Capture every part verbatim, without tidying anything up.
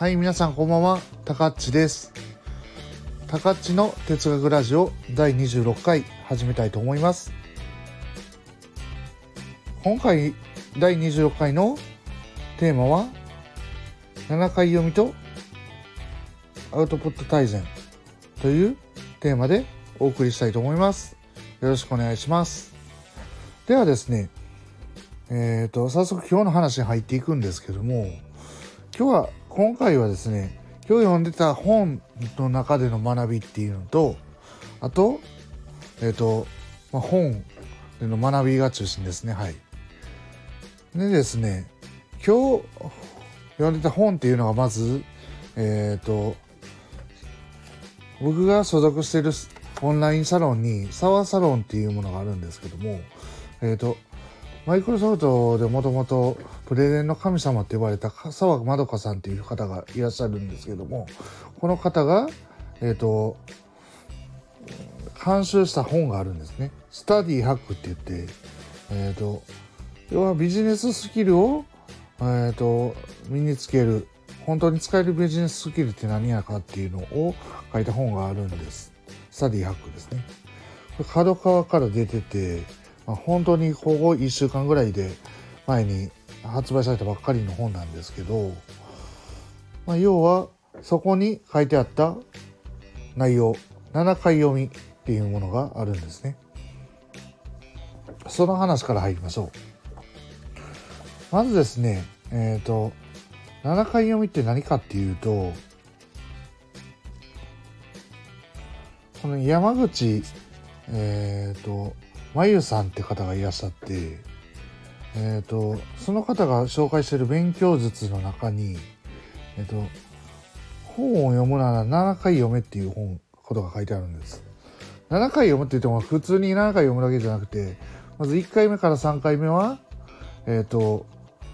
はい、皆さんこんばんは。たかっちです。たかっちの哲学ラジオだいにじゅうろっかい始めたいと思います。今回だいにじゅうろっかいのテーマはななかい読みとアウトプット大全というテーマでお送りしたいと思います。よろしくお願いします。ではですね、えーと早速今日の話に入っていくんですけども、今日は今回はですね、今日読んでた本の中での学びっていうのと、あとえっ、ー、と、まあ、本での学びが中心ですね。はい。でですね、今日読んでた本っていうのがまずえっ、ー、と僕が所属しているオンラインサロンにサワーサロンっていうものがあるんですけども、えっ、ー、とマイクロソフトでもともとプレゼンの神様って呼ばれた澤まどかさんっていう方がいらっしゃるんですけども、この方が、えっと、監修した本があるんですね。スタディハックって言って、えっと、要はビジネススキルを、えっと、身につける、本当に使えるビジネススキルって何やかっていうのを書いた本があるんです。スタディハックですね。これ角川から出てて、まあ、本当にここいっしゅうかんぐらいで前に発売されたばっかりの本なんですけど、まあ、要はそこに書いてあった内容ななかい読みっていうものがあるんですね。その話から入りましょう。まずですね、えっとななかい読みって何かっていうと、この山口えっとまゆさんって方がいらっしゃって、えっとその方が紹介している勉強術の中に、えっと本を読むならななかい読めっていう本ことが書いてあるんです。ななかい読むって言っても普通にななかい読むだけじゃなくて、まずいっかいめからさんかいめはえっと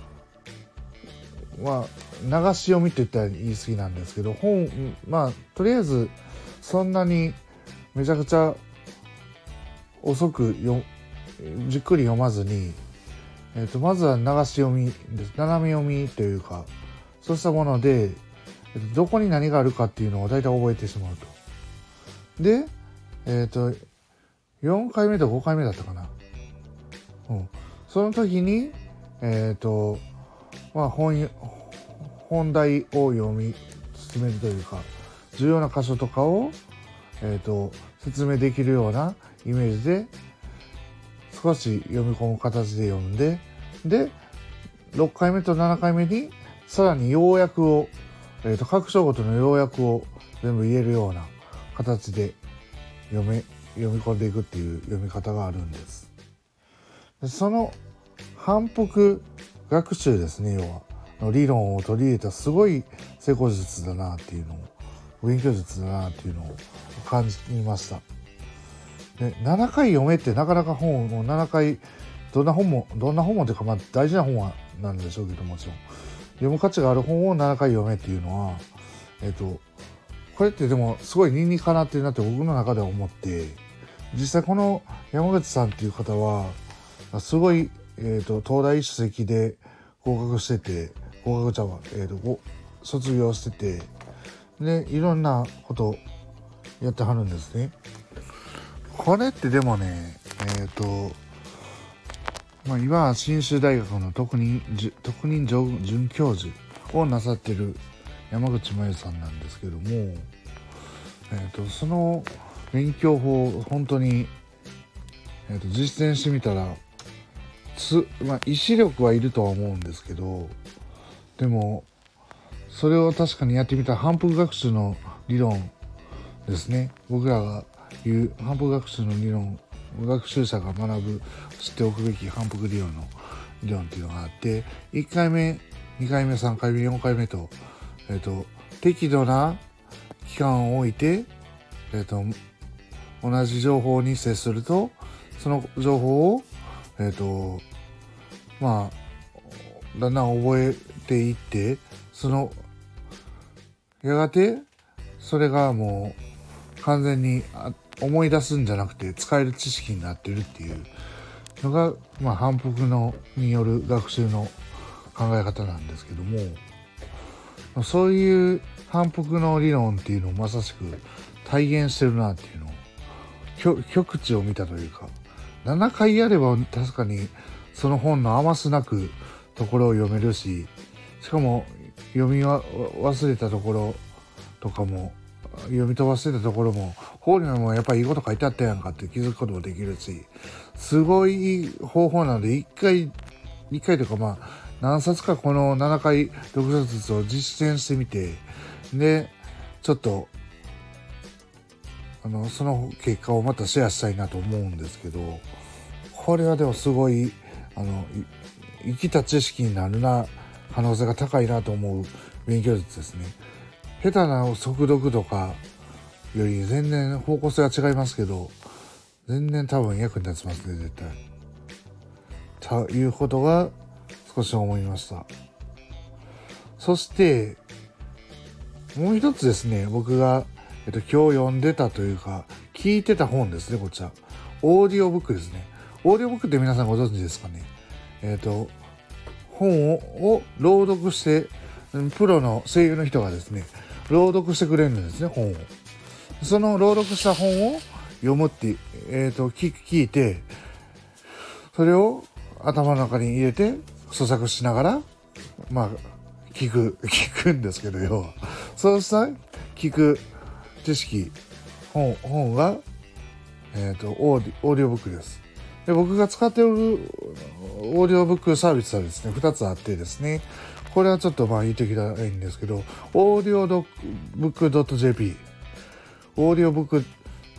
まあ流し読みって言ったら言い過ぎなんですけど、本まあとりあえずそんなにめちゃくちゃ遅くよじっくり読まずに、えー、とまずは流し読みです。斜め読みというか、そうしたもので、えー、とどこに何があるかっていうのを大体覚えてしまうと。で、えっ、ー、とよんかいめとごかいめだったかな、うん、その時にえっ、ー、とまあ本本題を読み進めるというか、重要な箇所とかを、えー、と説明できるようなイメージで少し読み込む形で読んで、でろっかいめとななかいめにさらに要約を、えー、と各章ごとの要約を全部言えるような形で読め読み込んでいくっていう読み方があるんです。でその反復学習ですね、要はの理論を取り入れたすごい成功術だなっていうのを、勉強術だなっていうのを感じました。でななかい読めってなかなか本をななかい、どんな本もどんな本もというか、まあ大事な本はなんでしょうけど、もちろん読む価値がある本をななかい読めっていうのは、えっとこれってでもすごい理にかなってるなって僕の中では思って、実際この山口さんっていう方はすごい、えー、と東大首席で合格してて、合格ちゃんは、えー、と卒業してて、でいろんなことやってはるんですね。これってでもね、えっ、ー、とまあ今は信州大学の特任特任准教授をなさってる山口真由さんなんですけども、えー、とその勉強法本当に、えー、と実践してみたらつ、まあ、意志力はいるとは思うんですけど、でもそれを確かにやってみたら反復学習の理論ですね、僕らが言う反復学習の理論、学習者が学ぶ知っておくべき反復理論の理論っていうのがあって、いっかいめにかいめさんかいめよんかいめと、えー、と適度な期間を置いて、えー、と同じ情報に接すると、その情報をえっ、とまあだんだん覚えていって、そのやがてそれがもう完全に思い出すんじゃなくて使える知識になってるっていうのが、まあ、反復のによる学習の考え方なんですけども、 そういう反復の理論っていうのをまさしく体現してるなっていうのを極致を見たというか、ななかいやれば確かにその本の余すなくところを読めるし、しかも読みは忘れたところとかも読み飛ばしてたところも本にもやっぱりいいこと書いてあったやんかって気づくこともできるし、すごいいい方法なので一回一回というかまあ何冊かこのななかい読書術を実践してみて、でちょっとあのその結果をまたシェアしたいなと思うんですけど、これはでもすごいあの生きた知識になるな可能性が高いなと思う勉強術ですね。下手な速読とかより全然方向性は違いますけど、全然多分役に立ちますね絶対。ということが少し思いました。そしてもう一つですね、僕が、えっと、今日読んでたというか聞いてた本ですね。こちらオーディオブックですね。オーディオブックって皆さんご存知ですかね。えっと本をを朗読してプロの声優の人がですね朗読してくれるんですね、本を。その朗読した本を読むって、えー、と 聞, 聞いてそれを頭の中に入れて咀嚼しながらまあ聞く聞くんですけどよ。そうした聞く知識 本, 本が、えー、とオーディオーディオブックです。で僕が使っているオーディオブックサービスはですねふたつあってですね、これはちょっとまあ言いときたいんですけど、オーディオブック .jp オーディオブック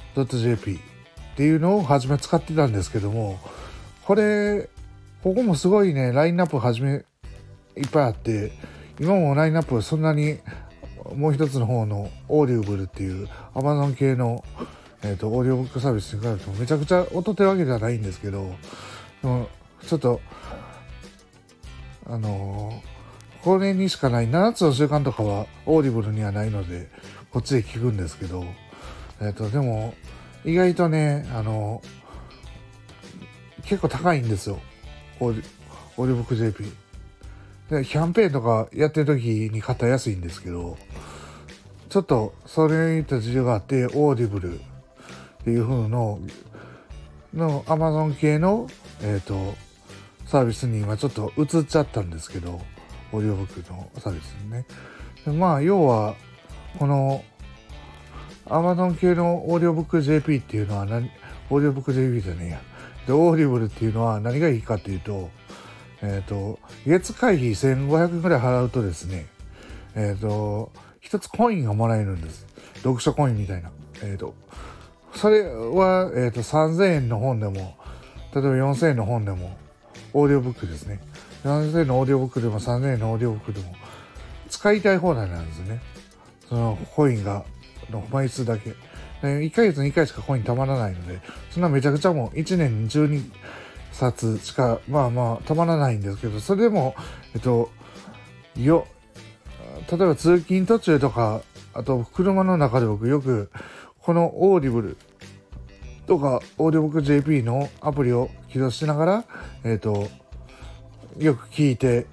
.jp っていうのを初め使ってたんですけども、これここもすごいねラインナップはじめいっぱいあって、今もラインナップはそんなにもう一つの方のオーディブルっていう Amazon 系の、えー、とオーディオブックサービスに比べてもめちゃくちゃ劣ってるわけではないんですけど、でもちょっとあのー、これにしかないななつの習慣とかはオーディブルにはないのでこっちで聞くんですけど、えー、とでも意外とねあのー、結構高いんですよオーディオーディブック ジェーピーで。キャンペーンとかやってる時に買ったら安いんですけど、ちょっとそれにいった事情があってオーディブルっていう風のの Amazon 系の、えー、とサービスに今ちょっと移っちゃったんですけど、オーディオブックのサービスにね。でまあ要はこの Amazon 系のオーディオブック ジェーピー っていうのは何、オーディオブック ジェーピー じゃねえや。でオーディブルっていうのは何がいいかっていうと、えっ、ー、と月会費せんごひゃくえんぐらい払うとですね、えっ、ー、と一つコインがもらえるんです。読書コインみたいな。えっ、ー、とそれは、えー、とさんぜんえんの本でも例えばよんせんえんの本でもオーディオブックですね。よんせんえんのオーディオブックでもさんぜんえんのオーディオブックでも使いたい放題なんですね。そのコインがの枚数だけ。いっかげつにいっかいしかコインたまらないので、そんなめちゃくちゃもういちねんにじゅうにさつしかまあまあたまらないんですけど、それでもえっとよ例えば通勤途中とかあと車の中で僕よくこのオーディブルとかオーディオブック ジェーピー のアプリを起動しながら、えっと、よく聞いて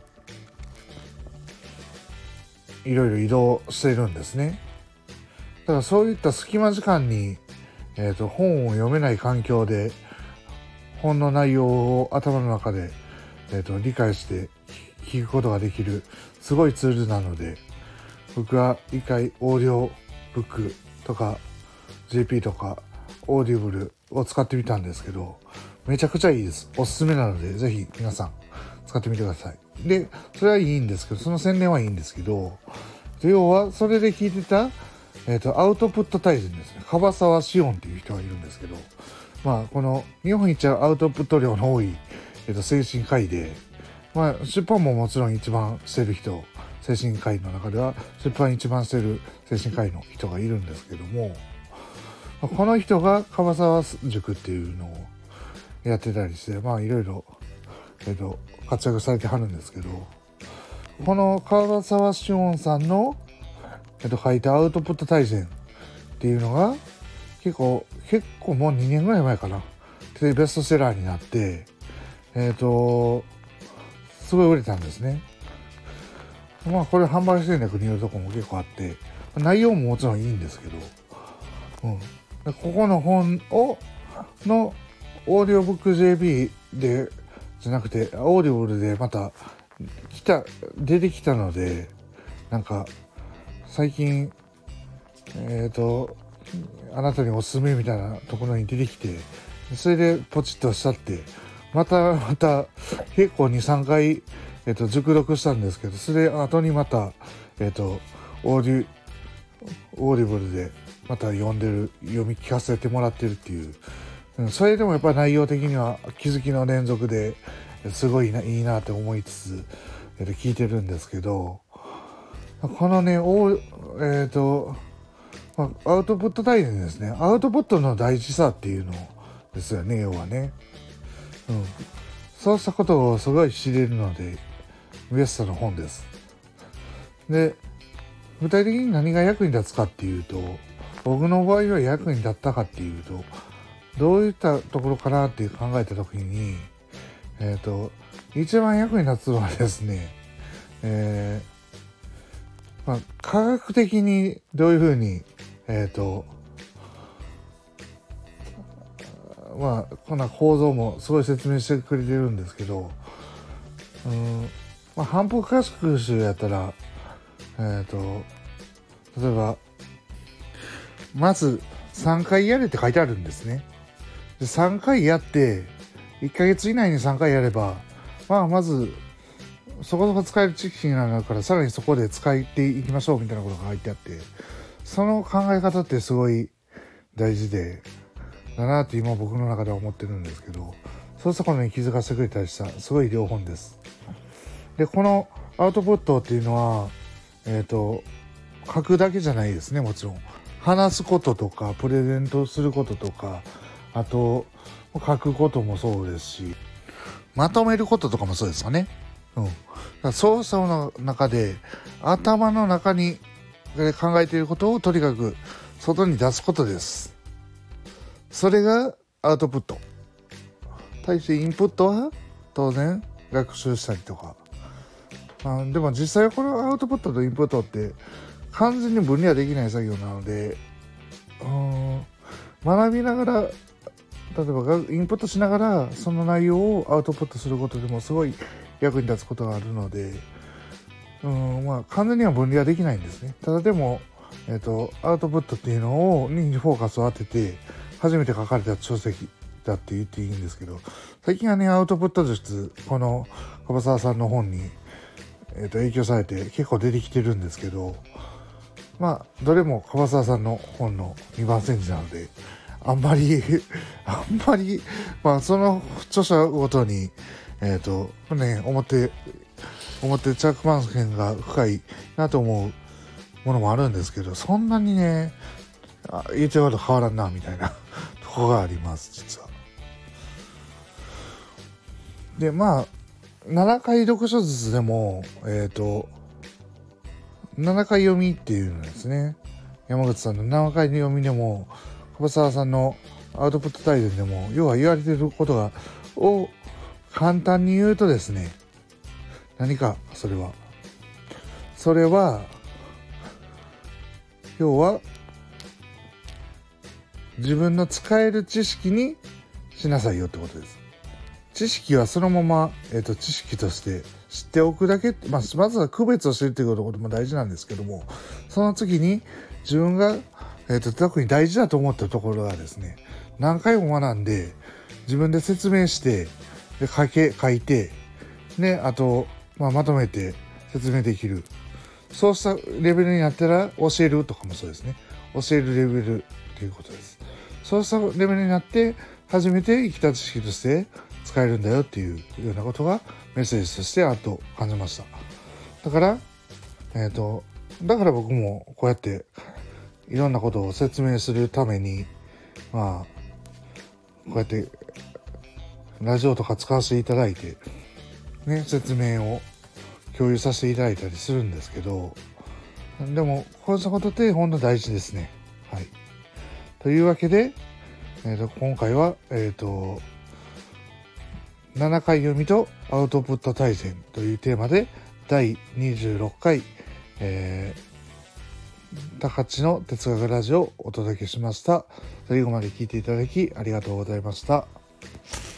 いろいろ移動しているんですね。だからそういった隙間時間に、えっと、本を読めない環境で本の内容を頭の中で、えっと、理解して聞くことができるすごいツールなので、僕は一回オーディオブックとか ジェーピー とかオーディブルを使ってみたんですけど、めちゃくちゃいいです。おすすめなのでぜひ皆さん使ってみてください。でそれはいいんですけど、その宣伝はいいんですけど、要はそれで聞いてた、えー、とアウトプット大臣ですね、樺沢志音っていう人がいるんですけど、まあこの日本一アウトプット量の多い、えー、と精神科医で、まあ出版ももちろん一番してる人、精神科医の中では出版一番してる精神科医の人がいるんですけども、この人が樺沢塾っていうのをやってたりして、まあいろいろ、えっと、活躍されてはるんですけど、この樺沢志音さんの、えっと、書いたアウトプット大全っていうのが結構結構もうにねんぐらい前かなでベストセラーになって、えっとすごい売れたんですね。 まあこれ販売戦略によるとこも結構あって、内容ももちろんいいんですけど、うん、でここの本をのオーディオブック ジェービー でじゃなくてオーディブルでまた来た出てきたので、なんか最近えっ、ー、とあなたにおすすめみたいなところに出てきて、それでポチッとしちゃって、またまた結構 にさんかい、えー、と熟読したんですけど、それ後にまた、えー、とオーディオーディブルでまた読んでる読み聞かせてもらってるっていう、うん、それでもやっぱり内容的には気づきの連続ですごいないいなって思いつつ、えー、と聞いてるんですけど、このねおえっ、ー、とまあ、アウトプット大変ですね。アウトプットの大事さっていうのですよね、要はね。うん。そうしたことをすごい知れるので、ベストの本です。で、具体的に何が役に立つかっていうと、僕の場合は役に立ったかっていうと、どういったところかなって考えたときに、えっと、一番役に立つのはですね、えーまあ、科学的にどういうふうにえっ、ー、とまあこんな構造もすごい説明してくれてるんですけど、うん、まあ、反復合宿集やったらえっ、ー、と例えばまずさんかいやれって書いてあるんですね。でさんかいやっていっかげつ以内にさんかいやれば、まあまずそこそこ使える知識になるから、さらにそこで使っていきましょうみたいなことが書いてあって、その考え方ってすごい大事でだなって今僕の中では思ってるんですけど、そうしたことに気づかせてくれたりしたすごい良本です。でこのアウトプットっていうのはえっ、ー、と書くだけじゃないですね。もちろん話すこととかプレゼントすることとか、あと書くこともそうですし、まとめることとかもそうですかね。うん、だから操作の中で頭の中に考えていることをとにかく外に出すことです。それがアウトプット。対してインプットは当然学習したりとか、あでも実際このアウトプットとインプットって完全に分離はできない作業なので、うーん学びながら、例えばインプットしながらその内容をアウトプットすることでもすごい役に立つことがあるので、うんまあ完全には分離はできないんですね。ただでも、えーと、アウトプットっていうのをにフォーカスを当てて初めて書かれた書籍だって言っていいんですけど、最近はねアウトプット術この樺沢さんの本に、えーと、影響されて結構出てきてるんですけど、まあどれも樺沢さんの本のにばん煎じなので、あんまりあんまりまあその著者ごとにえっ、ー、とね思って思って着眼点が深いなと思うものもあるんですけど、そんなにね言ってること変わらんなみたいなとこがあります実は。でまあななかい読書ずつでもえっ、ー、とななかい読みっていうのですね。山口さんのななかい読みでも樺沢さんのアウトプット大全でも要は言われていることがを簡単に言うとですね、何かそれはそれは要は自分の使える知識にしなさいよってことです。知識はそのまま、えーと、知識として知っておくだけ、まあ、まずは区別を知るっていうことも大事なんですけども、その次に自分が、えーと、特に大事だと思ったところがですね、何回も学んで自分で説明してで書け書いてであと、まあ、まとめて説明できる、そうしたレベルになったら教えるとかもそうですね。教えるレベルということです。そうしたレベルになって初めて生きた知識として使えるんだよっていうようなことがメッセージとしてあると感じました。だから、えっと、だから僕もこうやっていろんなことを説明するために、まあ、こうやってラジオとか使わせていただいて、ね、説明を共有させていただいたりするんですけど、でもこうしたことって本当大事ですね。はい。というわけで、えー、と今回は、えー、とななかい読みとアウトプット大全というテーマでだいにじゅうろっかい、えー、高知の哲学ラジオをお届けしました。最後まで聞いていただきありがとうございました。